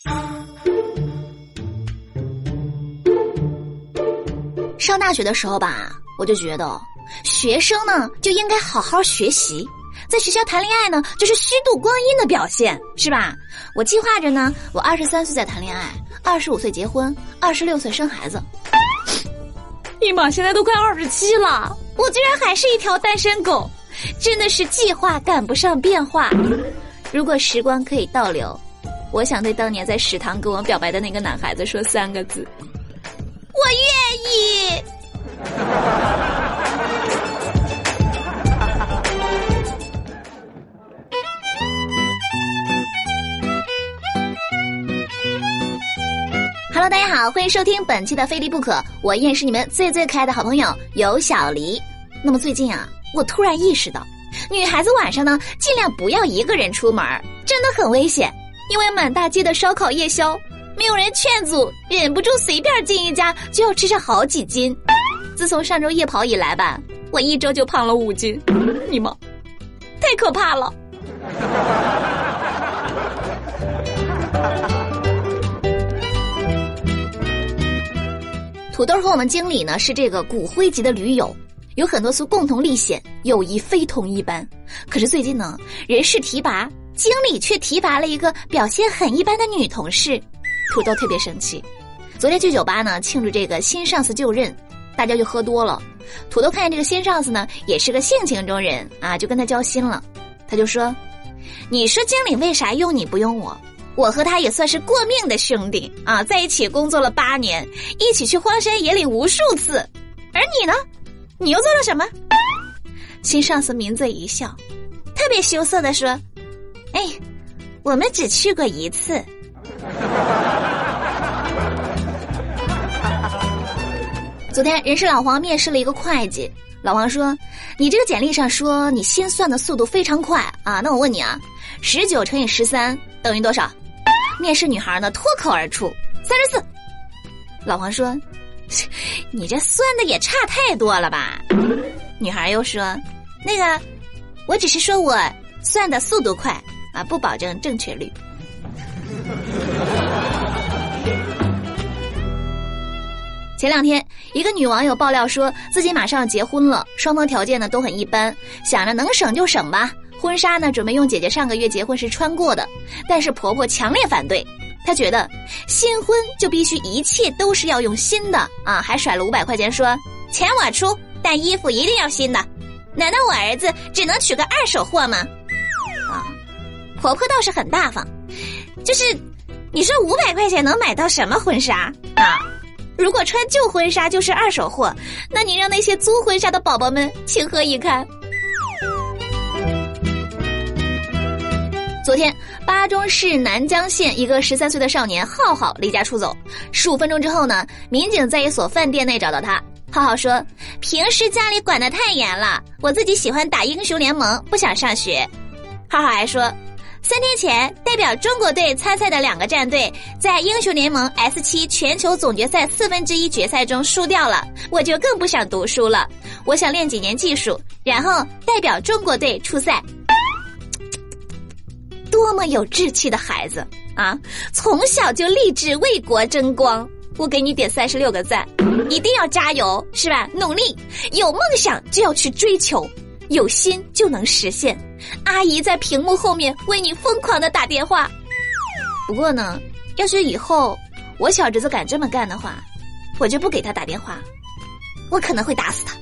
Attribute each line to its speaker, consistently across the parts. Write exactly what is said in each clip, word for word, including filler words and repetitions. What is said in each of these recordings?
Speaker 1: 上大学的时候吧，我就觉得学生呢就应该好好学习，在学校谈恋爱呢就是虚度光阴的表现，是吧？我计划着呢，我二十三岁再谈恋爱，二十五岁结婚，二十六岁生孩子。尼玛，现在都快二十七了，我居然还是一条单身狗，真的是计划赶不上变化。如果时光可以倒流，我想对当年在食堂跟我表白的那个男孩子说三个字：我愿意。Hello， 大家好，欢迎收听本期的非离不可，我依然是你们最最可爱的好朋友有小黎。那么最近啊，我突然意识到，女孩子晚上呢，尽量不要一个人出门，真的很危险。因为满大街的烧烤夜宵，没有人劝阻，忍不住随便进一家就要吃上好几斤。自从上周夜跑以来吧，我一周就胖了五斤，你们太可怕了。土豆和我们经理呢是这个骨灰级的驴友，有很多次共同历险，友谊非同一般。可是最近呢，人事提拔，经理却提拔了一个表现很一般的女同事，土豆特别生气。昨天去酒吧呢庆祝这个新上司就任，大家就喝多了。土豆看见这个新上司呢也是个性情中人啊，就跟他交心了。他就说：你说经理为啥用你不用我？我和他也算是过命的兄弟啊，在一起工作了八年，一起去荒山野岭无数次。而你呢？你又做了什么？新上司抿嘴一笑，特别羞涩地说：哎，我们只去过一次。昨天人事老黄面试了一个会计，老黄说：你这个简历上说你心算的速度非常快啊，那我问你啊，十九乘以十三等于多少？面试女孩呢脱口而出：三十四。老黄说：你这算的也差太多了吧？女孩又说：那个我只是说我算的速度快啊，不保证正确率。前两天一个女网友爆料说自己马上要结婚了，双方条件呢都很一般，想着能省就省吧，婚纱呢准备用姐姐上个月结婚时穿过的，但是婆婆强烈反对。她觉得新婚就必须一切都是要用新的啊，还甩了五百块钱说钱我出，但衣服一定要新的。难道我儿子只能娶个二手货吗？啊，婆婆倒是很大方，就是你说五百块钱能买到什么婚纱啊？如果穿旧婚纱就是二手货，那你让那些租婚纱的宝宝们情何以堪？昨天巴中市南江县一个十三岁的少年浩浩离家出走，十五分钟之后呢，民警在一所饭店内找到他。浩浩说：平时家里管得太严了，我自己喜欢打英雄联盟，不想上学。浩浩还说，三天前代表中国队参赛的两个战队在英雄联盟 S 七 全球总决赛四分之一决赛中输掉了，我就更不想读书了，我想练几年技术，然后代表中国队出赛。多么有志气的孩子啊！从小就立志为国争光，我给你点三十六个赞，一定要加油，是吧？努力，有梦想就要去追求，有心就能实现。阿姨在屏幕后面为你疯狂的打电话。不过呢，要是以后我小侄子敢这么干的话，我就不给他打电话，我可能会打死他。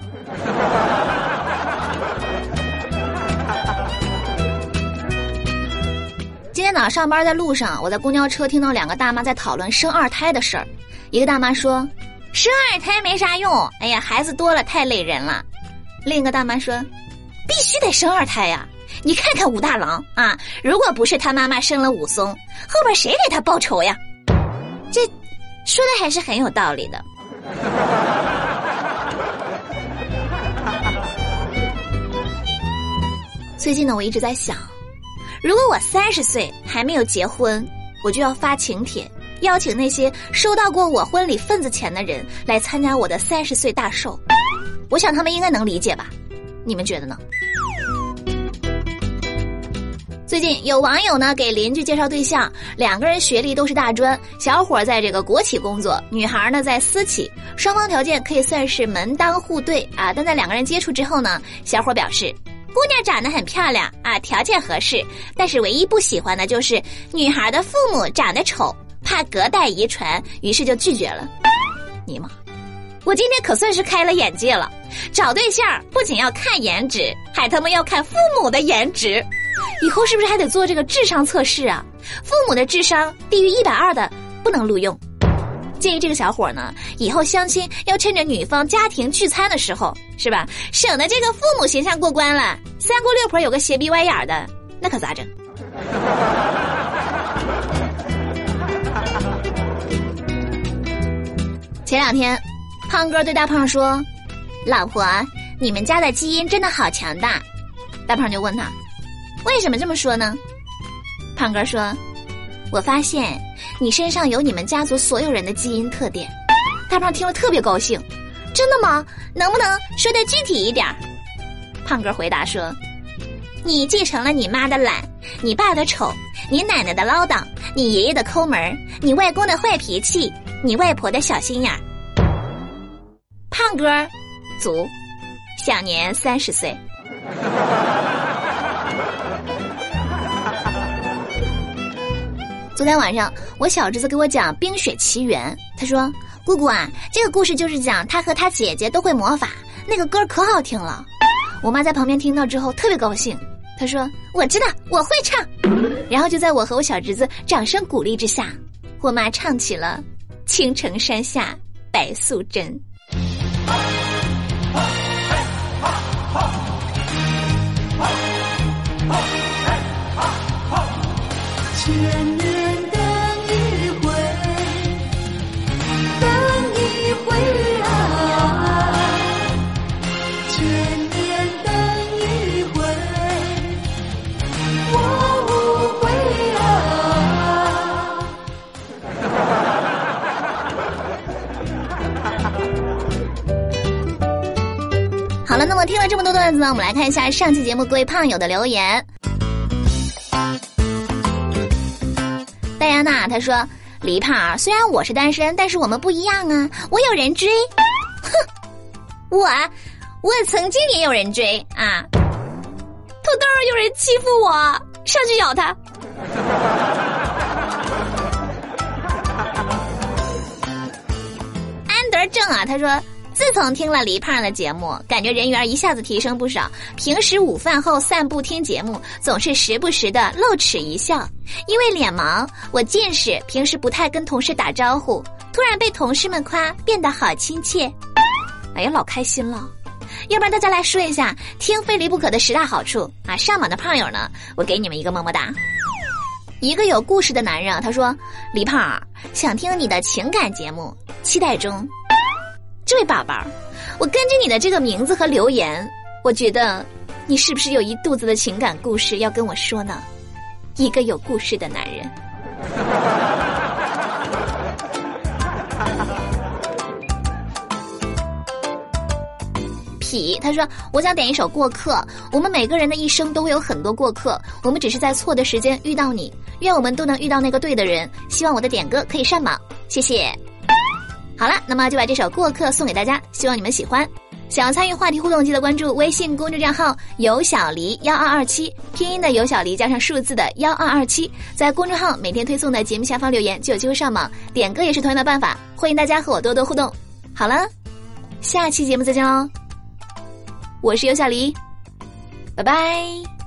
Speaker 1: 今天早上上班在路上，我在公交车听到两个大妈在讨论生二胎的事儿。一个大妈说，生二胎没啥用，哎呀，孩子多了太累人了。另一个大妈说，必须得生二胎呀！你看看武大郎啊，如果不是他妈妈生了武松，后边谁给他报仇呀？这说的还是很有道理的。最近呢，我一直在想，如果我三十岁还没有结婚，我就要发请帖，邀请那些收到过我婚礼份子钱的人来参加我的三十岁大寿。我想他们应该能理解吧？你们觉得呢？ 最近有网友呢给邻居介绍对象，两个人学历都是大专，小伙在这个国企工作，女孩呢在私企，双方条件可以算是门当户对啊。但在两个人接触之后呢，小伙表示姑娘长得很漂亮啊，条件合适，但是唯一不喜欢的就是女孩的父母长得丑，怕隔代遗传，于是就拒绝了。尼玛，我今天可算是开了眼界了，找对象不仅要看颜值，还他妈要看父母的颜值。以后是不是还得做这个智商测试啊？父母的智商低于一百二的不能录用。建议这个小伙呢，以后相亲要趁着女方家庭聚餐的时候，是吧？省得这个父母形象过关了，三姑六婆有个斜鼻歪眼的，那可咋整？前两天，胖哥对大胖说：“老婆，你们家的基因真的好强大。”大胖就问他：“为什么这么说呢？”胖哥说：“我发现你身上有你们家族所有人的基因特点。”大胖听了特别高兴：“真的吗？能不能说得具体一点？”胖哥回答说：“你继承了你妈的懒，你爸的丑，你奶奶的唠叨，你爷爷的抠门，你外公的坏脾气，你外婆的小心眼儿。”胖哥足，享年三十岁。昨天晚上，我小侄子给我讲《冰雪奇缘》，他说：“姑姑啊，这个故事就是讲他和他姐姐都会魔法，那个歌可好听了。”我妈在旁边听到之后特别高兴，她说：“我知道，我会唱。”然后就在我和我小侄子掌声鼓励之下，我妈唱起了《青城山下白素贞》。
Speaker 2: 千年等一回，等一回啊！千年等一回，我无悔啊！
Speaker 1: 好了，那么听了这么多段子呢，我们来看一下上期节目各位胖友的留言。戴安娜她说：“李胖，虽然我是单身，但是我们不一样啊，我有人追。”哼，我我曾经也有人追啊。土豆有人欺负我，上去咬他。安德正啊，他说：“自从听了黎胖的节目，感觉人缘一下子提升不少。平时午饭后散步听节目，总是时不时的露齿一笑。因为脸盲，我近视，平时不太跟同事打招呼，突然被同事们夸，变得好亲切。哎呀，老开心了。要不然大家来说一下听非离不可的十大好处啊！上榜的胖友呢，我给你们一个么么哒。”一个有故事的男人啊，他说：“黎胖，想听你的情感节目，期待中。”这位宝宝，我根据你的这个名字和留言，我觉得你是不是有一肚子的情感故事要跟我说呢？一个有故事的男人。痞他说：“我想点一首《过客》，我们每个人的一生都会有很多过客，我们只是在错的时间遇到你，愿我们都能遇到那个对的人，希望我的点歌可以上榜，谢谢。”好了，那么就把这首《过客》送给大家，希望你们喜欢。想要参与话题互动，记得关注微信公众账号有小黎一二二七，拼音的有小黎加上数字的一二二七，在公众号每天推送的节目下方留言就有机会上榜，点歌也是同样的办法，欢迎大家和我多多互动。好了，下期节目再见喽，我是有小黎，拜拜。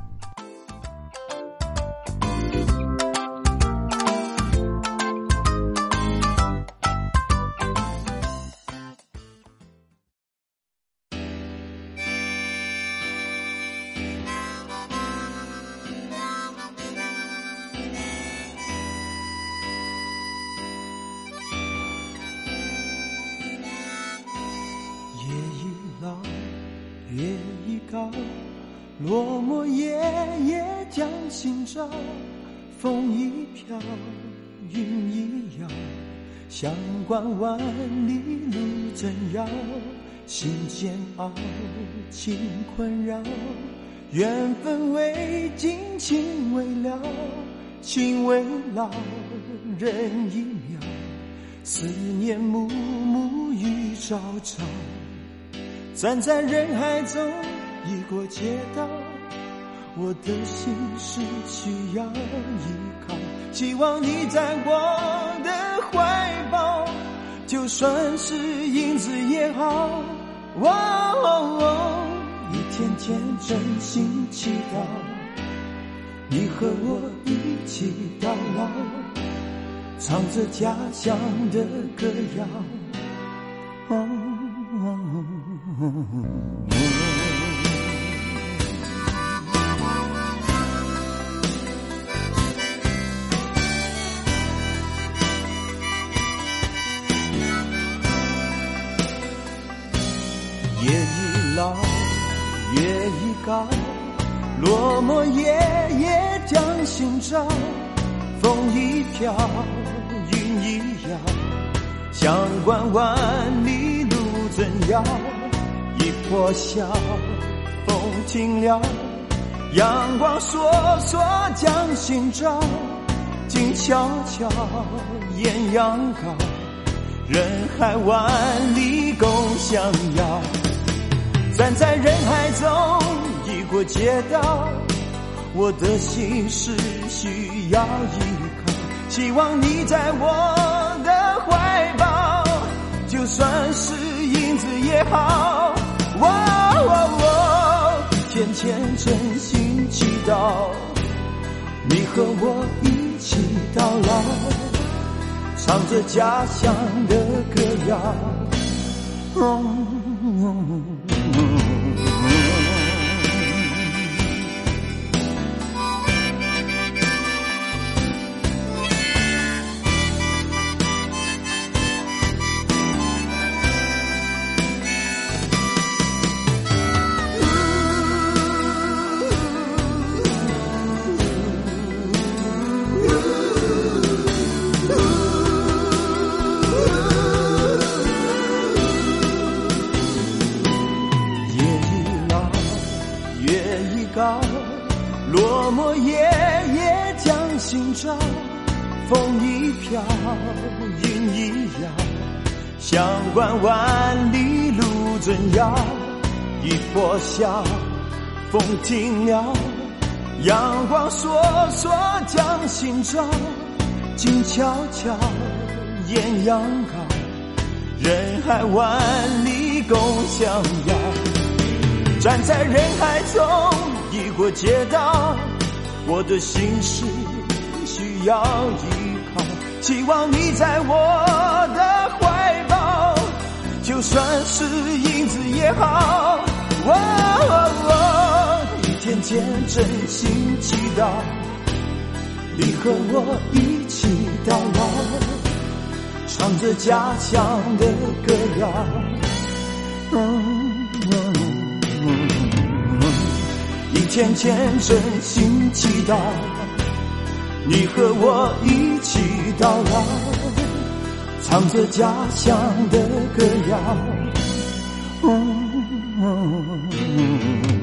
Speaker 2: 月已高，落寞夜夜将心照，风一飘，云一摇，相关万里路怎遥，心煎熬，情困扰， 缘分未尽，情未了，情未老，人已渺。思念暮暮与朝朝，站在人海中，一过街道，我的心是需要依靠，希望你在我的怀抱，就算是影子也好。哦哦哦，一天天真心祈祷，你和我一起到老，唱着家乡的歌谣。哦哦哦哦夜已老，月已高，落寞夜夜将心照，风一飘，云一摇，相关万里路怎遥？一破晓，风停了，阳光烁烁将心照，静悄悄，艳阳高，人海万里共相邀。站在人海中，一过街道，我的心是需要依靠，希望你在我的怀抱，就算是影子也好。哦哦哦，天天真心祈祷，你和我一起到老，唱着家乡的歌谣。嗯嗯落寞夜夜将心照，风一飘，云一摇，相关万里路怎遥？一破晓，风停了，阳光烁烁将心照，静悄悄，艳阳高，人海万里共相邀。站在人海中，一过街道，我的心事需要依靠，希望你在我的怀抱，就算是影子也好。哦哦哦，一天天真心祈祷，你和我一起到老，唱着家乡的歌谣。嗯一天天真心祈祷，你和我一起到老，唱着家乡的歌谣。嗯嗯嗯